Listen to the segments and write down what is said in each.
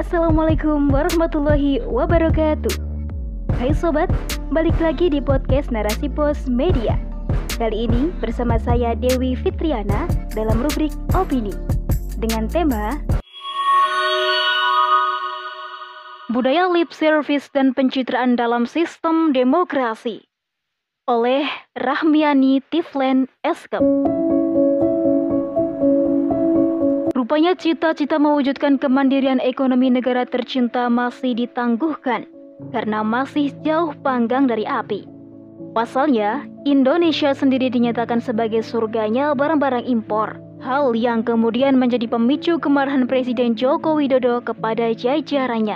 Assalamualaikum warahmatullahi wabarakatuh. Hai sobat, balik lagi di podcast Narasi Pos Media. Kali ini bersama saya Dewi Fitriana dalam rubrik Opini dengan tema Budaya Lip Service dan Pencitraan dalam Sistem Demokrasi oleh Rahmiani Tiflen Eskem. Rupanya cita-cita mewujudkan kemandirian ekonomi negara tercinta masih ditangguhkan karena masih jauh panggang dari api. Pasalnya, Indonesia sendiri dinyatakan sebagai surganya barang-barang impor. Hal yang kemudian menjadi pemicu kemarahan Presiden Joko Widodo kepada jajarannya.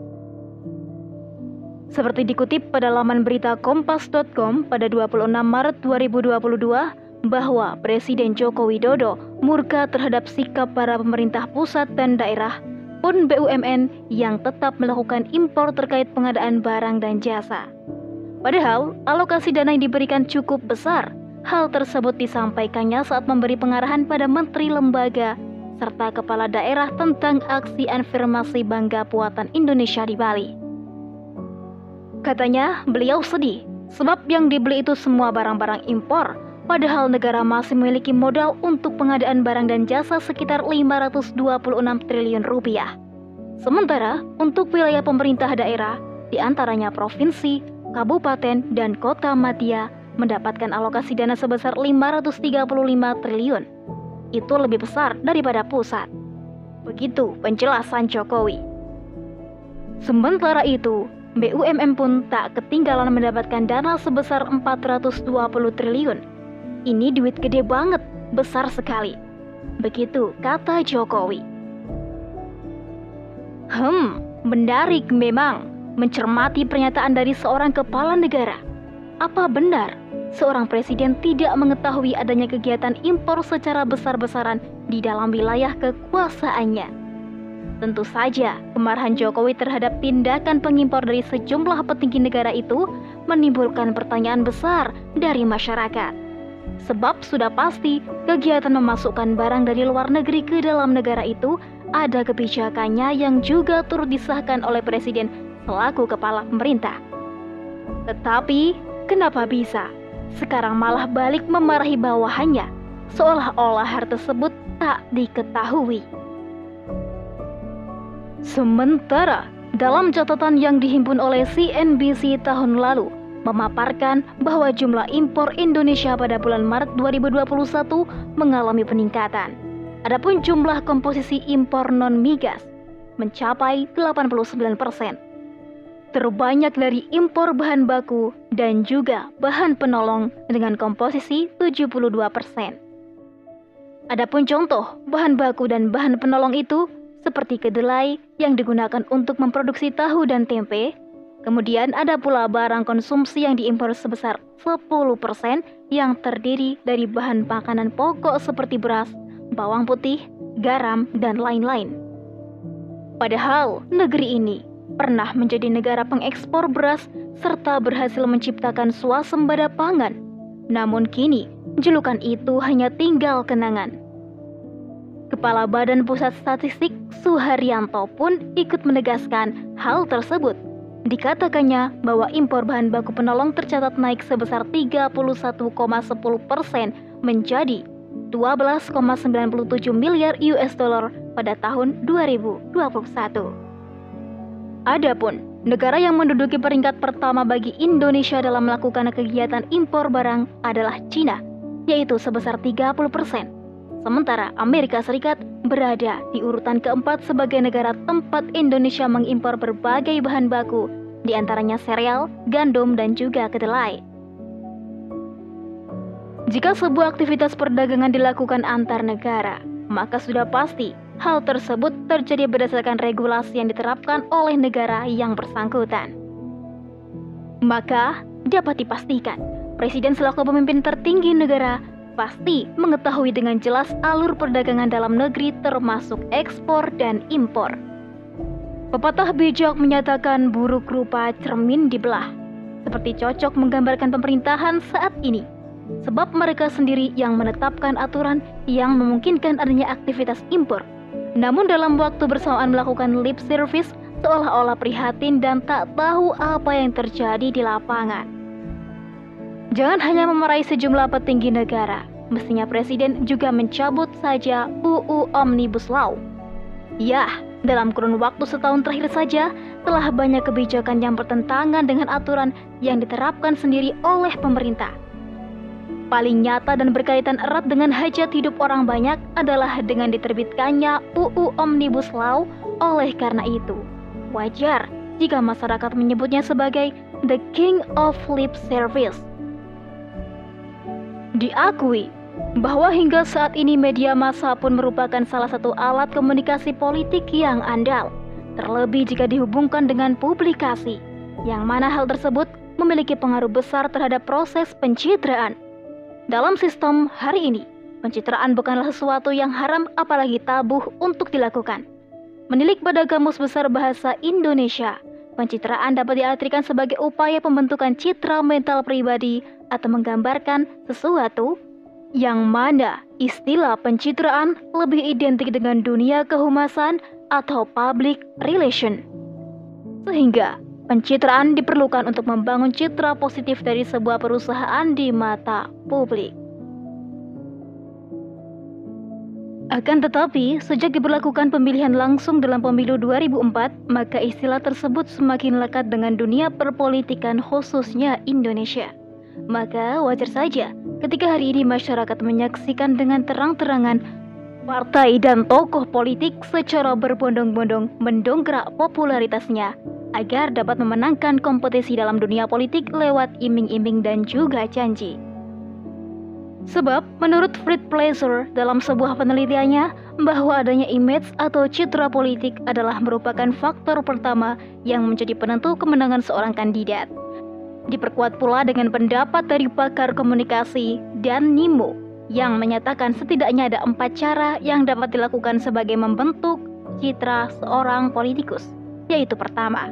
Seperti dikutip pada laman berita kompas.com pada 26 Maret 2022, bahwa Presiden Joko Widodo murka terhadap sikap para pemerintah pusat dan daerah pun BUMN yang tetap melakukan impor terkait pengadaan barang dan jasa. Padahal alokasi dana yang diberikan cukup besar. Hal tersebut disampaikannya saat memberi pengarahan pada menteri lembaga serta kepala daerah tentang aksi afirmasi bangga buatan Indonesia di Bali. Katanya beliau sedih sebab yang dibeli itu semua barang-barang impor. Padahal negara masih memiliki modal untuk pengadaan barang dan jasa sekitar 526 triliun rupiah. Sementara untuk wilayah pemerintah daerah, diantaranya provinsi, kabupaten, dan kota madya, mendapatkan alokasi dana sebesar 535 triliun. Itu lebih besar daripada pusat. Begitu penjelasan Jokowi. Sementara itu, BUMN pun tak ketinggalan mendapatkan dana sebesar 420 triliun. Ini duit gede banget, besar sekali. Begitu kata Jokowi. Menarik memang mencermati pernyataan dari seorang kepala negara. Apa benar seorang presiden tidak mengetahui adanya kegiatan impor secara besar-besaran di dalam wilayah kekuasaannya? Tentu saja, kemarahan Jokowi terhadap tindakan pengimpor dari sejumlah petinggi negara itu menimbulkan pertanyaan besar dari masyarakat. Sebab sudah pasti kegiatan memasukkan barang dari luar negeri ke dalam negara itu ada kebijakannya yang juga turut disahkan oleh Presiden selaku kepala pemerintah. Tetapi kenapa bisa sekarang malah balik memarahi bawahannya seolah-olah hal tersebut tak diketahui? Sementara dalam catatan yang dihimpun oleh CNBC tahun lalu memaparkan bahwa jumlah impor Indonesia pada bulan Maret 2021 mengalami peningkatan. Adapun jumlah komposisi impor non-migas mencapai 89%. Terbanyak dari impor bahan baku dan juga bahan penolong dengan komposisi 72%. Adapun contoh bahan baku dan bahan penolong itu seperti kedelai yang digunakan untuk memproduksi tahu dan tempe. Kemudian ada pula barang konsumsi yang diimpor sebesar 10% yang terdiri dari bahan makanan pokok seperti beras, bawang putih, garam, dan lain-lain. Padahal negeri ini pernah menjadi negara pengekspor beras serta berhasil menciptakan swasembada pangan. Namun kini julukan itu hanya tinggal kenangan. Kepala Badan Pusat Statistik Suharyanto pun ikut menegaskan hal tersebut. Dikatakannya bahwa impor bahan baku penolong tercatat naik sebesar 31,10% menjadi 12,97 miliar US dollar pada tahun 2021. Adapun negara yang menduduki peringkat pertama bagi Indonesia dalam melakukan kegiatan impor barang adalah Cina, yaitu sebesar 30%. Sementara Amerika Serikat berada di urutan keempat sebagai negara tempat Indonesia mengimpor berbagai bahan baku, di antaranya sereal, gandum, dan juga kedelai. Jika sebuah aktivitas perdagangan dilakukan antar negara, maka sudah pasti hal tersebut terjadi berdasarkan regulasi yang diterapkan oleh negara yang bersangkutan. Maka dapat dipastikan, Presiden selaku pemimpin tertinggi negara pasti mengetahui dengan jelas alur perdagangan dalam negeri termasuk ekspor dan impor. Pepatah bijak menyatakan buruk rupa cermin dibelah, seperti cocok menggambarkan pemerintahan saat ini. Sebab mereka sendiri yang menetapkan aturan yang memungkinkan adanya aktivitas impor. namun dalam waktu bersamaan melakukan lip service seolah-olah prihatin dan tak tahu apa yang terjadi di lapangan. Jangan hanya memarahi sejumlah petinggi negara, mestinya Presiden juga mencabut saja UU Omnibus Law. Yah, dalam kurun waktu setahun terakhir saja, telah banyak kebijakan yang bertentangan dengan aturan yang diterapkan sendiri oleh pemerintah. Paling nyata dan berkaitan erat dengan hajat hidup orang banyak adalah dengan diterbitkannya UU Omnibus Law. Oleh karena itu, wajar jika masyarakat menyebutnya sebagai The King of Lip Service. Diakui bahwa hingga saat ini media massa pun merupakan salah satu alat komunikasi politik yang andal, terlebih jika dihubungkan dengan publikasi, yang mana hal tersebut memiliki pengaruh besar terhadap proses pencitraan. Dalam sistem hari ini, pencitraan bukanlah sesuatu yang haram apalagi tabu untuk dilakukan. Menilik pada Kamus Besar Bahasa Indonesia, pencitraan dapat diartikan sebagai upaya pembentukan citra mental pribadi atau menggambarkan sesuatu yang mana istilah pencitraan lebih identik dengan dunia kehumasan atau public relation. Sehingga pencitraan diperlukan untuk membangun citra positif dari sebuah perusahaan di mata publik. Akan tetapi, sejak diberlakukan pemilihan langsung dalam pemilu 2004, maka istilah tersebut semakin lekat dengan dunia perpolitikan khususnya Indonesia. Maka wajar saja ketika hari ini masyarakat menyaksikan dengan terang-terangan partai dan tokoh politik secara berbondong-bondong mendongkrak popularitasnya agar dapat memenangkan kompetisi dalam dunia politik lewat iming-iming dan juga janji. Sebab menurut Fred Placer dalam sebuah penelitiannya bahwa adanya image atau citra politik adalah merupakan faktor pertama yang menjadi penentu kemenangan seorang kandidat. Diperkuat pula dengan pendapat dari pakar komunikasi Dan Nimo yang menyatakan setidaknya ada 4 cara yang dapat dilakukan sebagai membentuk citra seorang politikus, yaitu pertama,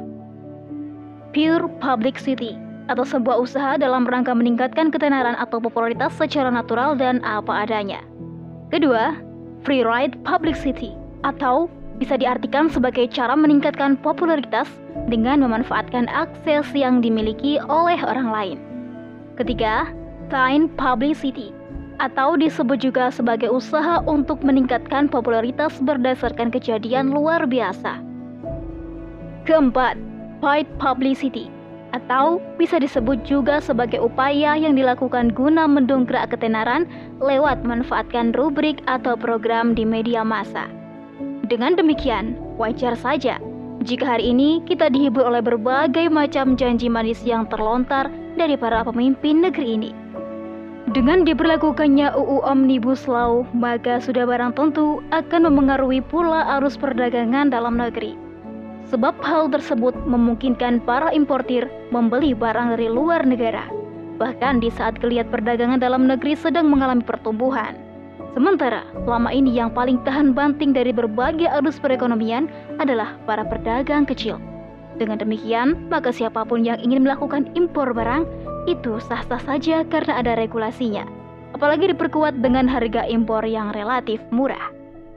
pure publicity atau sebuah usaha dalam rangka meningkatkan ketenaran atau popularitas secara natural dan apa adanya. Kedua, free ride publicity atau bisa diartikan sebagai cara meningkatkan popularitas dengan memanfaatkan akses yang dimiliki oleh orang lain. Ketiga, kind publicity atau disebut juga sebagai usaha untuk meningkatkan popularitas berdasarkan kejadian luar biasa. Keempat, paid publicity atau bisa disebut juga sebagai upaya yang dilakukan guna mendongkrak ketenaran lewat memanfaatkan rubrik atau program di media massa. Dengan demikian, wajar saja jika hari ini kita dihibur oleh berbagai macam janji manis yang terlontar dari para pemimpin negeri ini. Dengan diberlakukannya UU Omnibus Law, maka sudah barang tentu akan memengaruhi pula arus perdagangan dalam negeri. Sebab hal tersebut memungkinkan para importir membeli barang dari luar negara, bahkan di saat geliat perdagangan dalam negeri sedang mengalami pertumbuhan. Sementara selama ini yang paling tahan banting dari berbagai arus perekonomian adalah para pedagang kecil. Dengan demikian, maka siapapun yang ingin melakukan impor barang itu sah-sah saja karena ada regulasinya, apalagi diperkuat dengan harga impor yang relatif murah.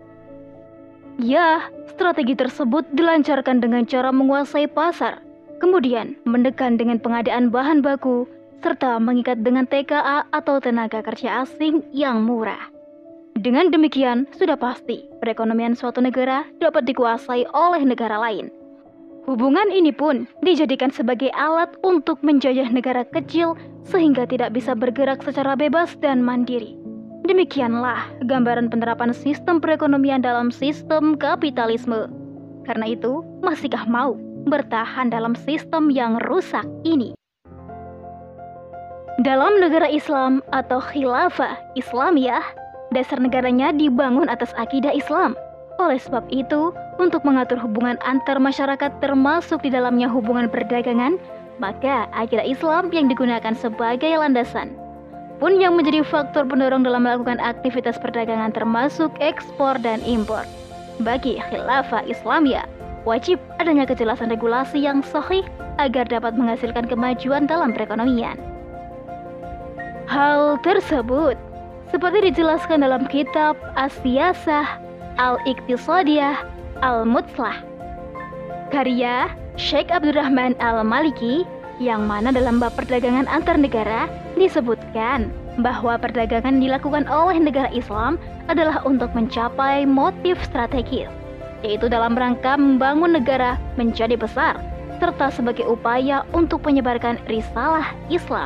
Ya, strategi tersebut dilancarkan dengan cara menguasai pasar, kemudian menekan dengan pengadaan bahan baku, serta mengikat dengan TKA atau tenaga kerja asing yang murah. Dengan demikian, sudah pasti perekonomian suatu negara dapat dikuasai oleh negara lain. Hubungan ini pun dijadikan sebagai alat untuk menjajah negara kecil sehingga tidak bisa bergerak secara bebas dan mandiri. Demikianlah gambaran penerapan sistem perekonomian dalam sistem kapitalisme. Karena itu, masihkah mau bertahan dalam sistem yang rusak ini? Dalam negara Islam atau khilafah Islamiyah, dasar negaranya dibangun atas akidah Islam. Oleh sebab itu, untuk mengatur hubungan antar masyarakat termasuk di dalamnya hubungan perdagangan, maka akidah Islam yang digunakan sebagai landasan pun yang menjadi faktor pendorong dalam melakukan aktivitas perdagangan termasuk ekspor dan impor. Bagi khilafah Islamiyah, wajib adanya kejelasan regulasi yang sahih agar dapat menghasilkan kemajuan dalam perekonomian. Hal tersebut seperti dijelaskan dalam kitab As-Siyasah Al-Iqtisadiyah Al-Mutslah, karya Sheikh Abdurrahman Al-Maliki, yang mana dalam bab perdagangan antar negara disebutkan bahwa perdagangan dilakukan oleh negara Islam adalah untuk mencapai motif strategis, yaitu dalam rangka membangun negara menjadi besar, serta sebagai upaya untuk menyebarkan risalah Islam.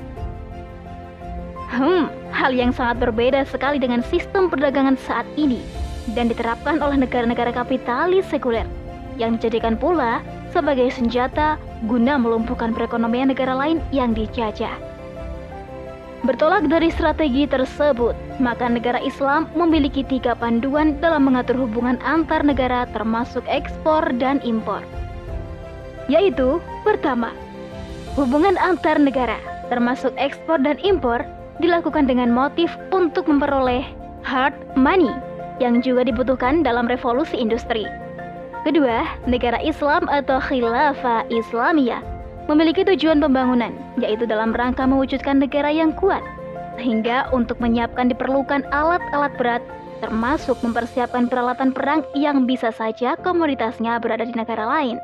Hal yang sangat berbeda sekali dengan sistem perdagangan saat ini dan diterapkan oleh negara-negara kapitalis sekuler, yang dijadikan pula sebagai senjata guna melumpuhkan perekonomian negara lain yang dijajah. Bertolak dari strategi tersebut, maka negara Islam memiliki 3 panduan dalam mengatur hubungan antar negara termasuk ekspor dan impor. Yaitu, pertama, hubungan antar negara termasuk ekspor dan impor dilakukan dengan motif untuk memperoleh hard money yang juga dibutuhkan dalam revolusi industri. Kedua, negara Islam atau khilafah Islamiyah memiliki tujuan pembangunan, yaitu dalam rangka mewujudkan negara yang kuat, sehingga untuk menyiapkan diperlukan alat-alat berat, termasuk mempersiapkan peralatan perang yang bisa saja komoditasnya berada di negara lain.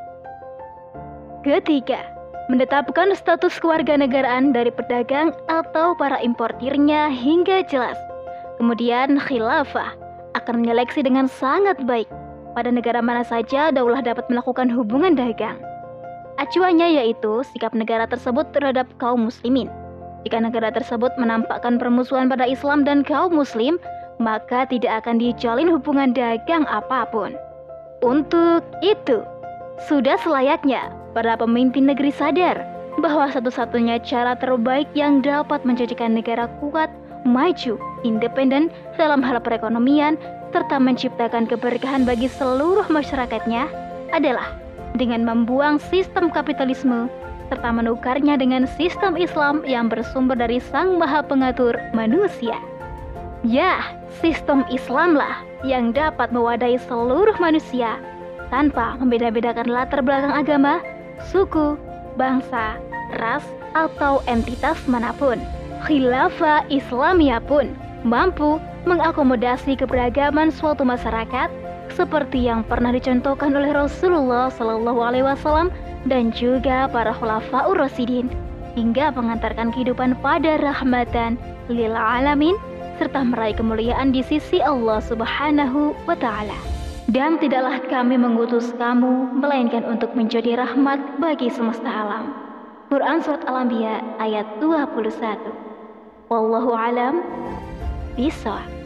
Ketiga, menetapkan status kewarganegaraan dari pedagang atau para importirnya hingga jelas. Kemudian khilafah akan menyeleksi dengan sangat baik pada negara mana saja daulah dapat melakukan hubungan dagang. Acuannya yaitu sikap negara tersebut terhadap kaum muslimin. Jika negara tersebut menampakkan permusuhan pada Islam dan kaum muslim, maka tidak akan dijalin hubungan dagang apapun. Untuk itu, sudah selayaknya para pemimpin negeri sadar bahwa satu-satunya cara terbaik yang dapat menjadikan negara kuat, maju, independen dalam hal perekonomian, serta menciptakan keberkahan bagi seluruh masyarakatnya adalah dengan membuang sistem kapitalisme serta menukarnya dengan sistem Islam yang bersumber dari Sang Maha Pengatur manusia. Ya, sistem Islamlah yang dapat mewadahi seluruh manusia tanpa membeda-bedakan latar belakang agama, suku, bangsa, ras, atau entitas manapun. Khilafah Islamiyah pun mampu mengakomodasi keberagaman suatu masyarakat seperti yang pernah dicontohkan oleh Rasulullah SAW dan juga para khulafaur rasyidin, hingga mengantarkan kehidupan pada rahmatan lil alamin serta meraih kemuliaan di sisi Allah Subhanahu wa Ta'ala. Dan tidaklah kami mengutus kamu melainkan untuk menjadi rahmat bagi semesta alam. Quran Surat Al-Anbiya ayat 21. Wallahu alam bishawab.